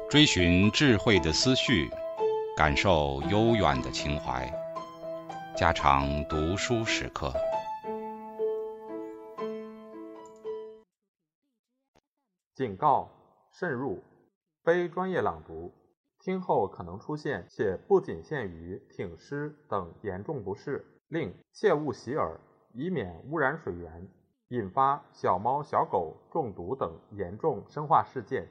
追寻智慧的思绪，感受悠远的情怀。家常读书时刻。 警告：慎入，非专业朗读，听后可能出现且不仅限于挺尸等严重不适，另切勿洗耳，以免污染水源，引发小猫小狗中毒等严重生化事件。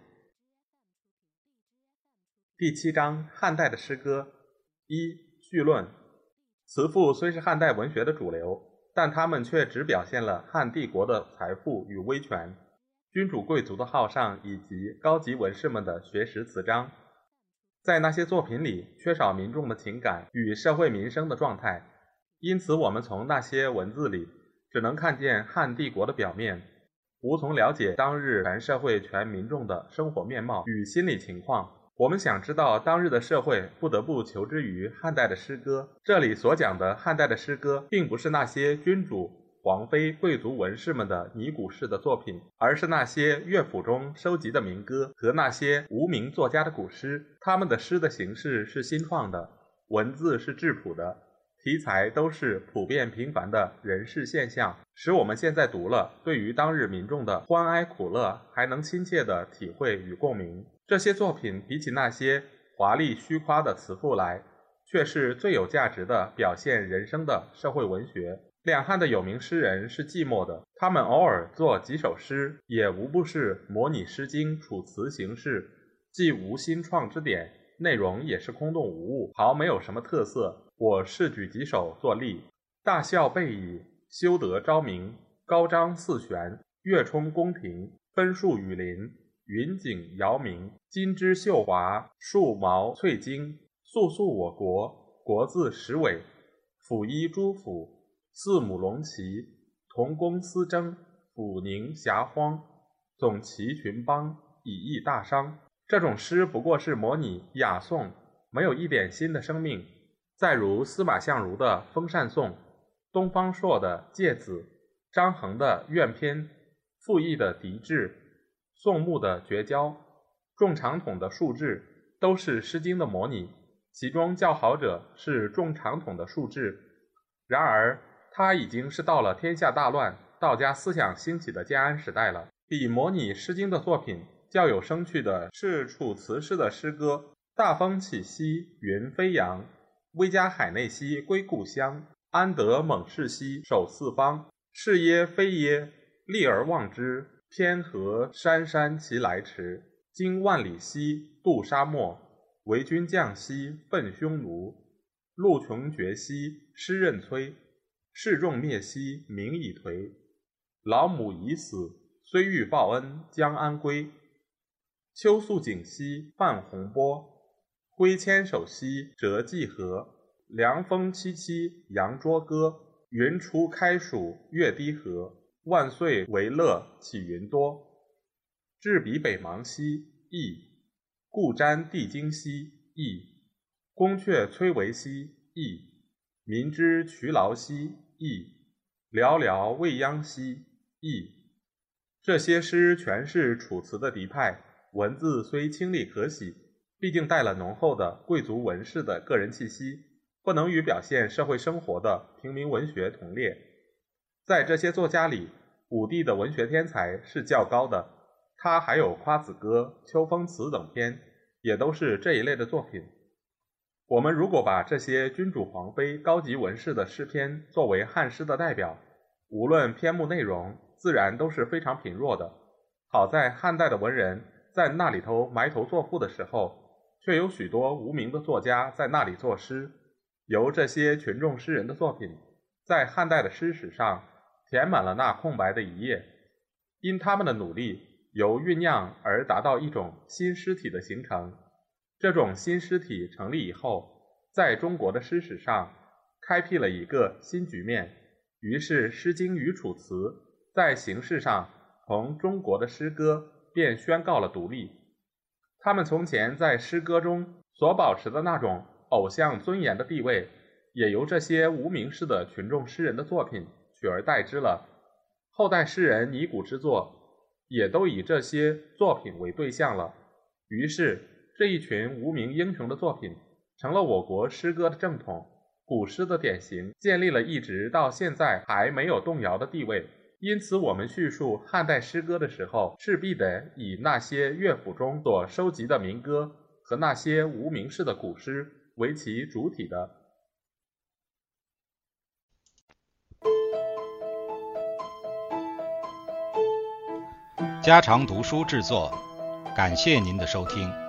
第7章：汉代的诗歌。1. 序论。词赋虽是汉代文学的主流，但它们却只表现了汉帝国的财富与威权，君主贵族的好上以及高级文士们的学识词章。在那些作品里缺少民众的情感与社会民生的状态，因此我们从那些文字里只能看见汉帝国的表面，无从了解当日全社会全民众的生活面貌与心理情况。我们想知道当日的社会，不得不求之于汉代的诗歌。这里所讲的汉代的诗歌，并不是那些君主、皇妃、贵族文士们的拟古式的作品，而是那些乐府中收集的民歌和那些无名作家的古诗。他们的诗的形式是新创的，文字是质朴的，题材都是普遍平凡的人世现象，使我们现在读了，对于当日民众的欢哀苦乐还能亲切地体会与共鸣。这些作品比起那些华丽虚夸的词赋来，却是最有价值的表现人生的社会文学。两汉的有名诗人是寂寞的，他们偶尔作几首诗，也无不是模拟《诗经》楚辞形式，既无新创之点，内容也是空洞无物，毫没有什么特色。我试举几首作例：大笑备矣，修德昭明，高张四玄，月冲宫廷，分树雨林，云景遥明，金枝绣华，树毛翠金，肃肃我国，国字十尾，辅衣诸府，四母龙旗，同工司征，抚宁遐荒，总齐群邦，以益大商。这种诗不过是模拟雅颂，没有一点新的生命。再如司马相如的《封禅颂》，东方朔的《诫子》，张衡的《苑篇》，傅毅的《狄志》，宋牧的《绝交》，仲长统的《述志》，都是《诗经》的模拟，其中较好者是仲长统的《述志》。然而他已经是到了天下大乱、道家思想兴起的建安时代了。比模拟《诗经》的作品较有生趣的是楚辞式的诗歌：大风起兮云飞扬，威加海内兮归故乡，安得猛士兮守四方，是耶非耶，立而忘之，偏何姗姗其来迟，经万里兮渡沙漠，为君将兮奋匈奴，路穷绝兮师刃摧，士众灭兮民以颓，老母已死，虽欲报恩将安归，秋肃景兮泛洪波，挥牵手兮折季河，凉风凄凄扬棹歌，云出开蜀越堤河，万岁为乐起云多，至彼北邙兮易，故瞻地经兮易，宫阙崔嵬兮易，民之劬劳兮易，寥寥未央兮易。这些诗全是楚辞的嫡派，文字虽清丽可喜，毕竟带了浓厚的贵族文士的个人气息，不能与表现社会生活的平民文学同列。在这些作家里，武帝的文学天才是较高的，他还有《夸子歌》《秋风词》等篇，也都是这一类的作品。我们如果把这些君主皇妃高级文士的诗篇作为汉诗的代表，无论篇目内容，自然都是非常贫弱的。好在汉代的文人在那里头埋头作赋的时候，却有许多无名的作家在那里作诗，由这些群众诗人的作品，在汉代的诗史上填满了那空白的一页。因他们的努力，由酝酿而达到一种新诗体的形成。这种新诗体成立以后，在中国的诗史上开辟了一个新局面，于是《诗经》与《楚辞》在形式上同中国的诗歌便宣告了独立。他们从前在诗歌中所保持的那种偶像尊严的地位，也由这些无名氏的群众诗人的作品取而代之了。后代诗人拟古之作也都以这些作品为对象了。于是这一群无名英雄的作品成了我国诗歌的正统，古诗的典型，建立了一直到现在还没有动摇的地位。因此我们叙述汉代诗歌的时候，势必得以那些乐府中所收集的民歌和那些无名氏的古诗为其主体的。 家常读书制作，感谢您的收听。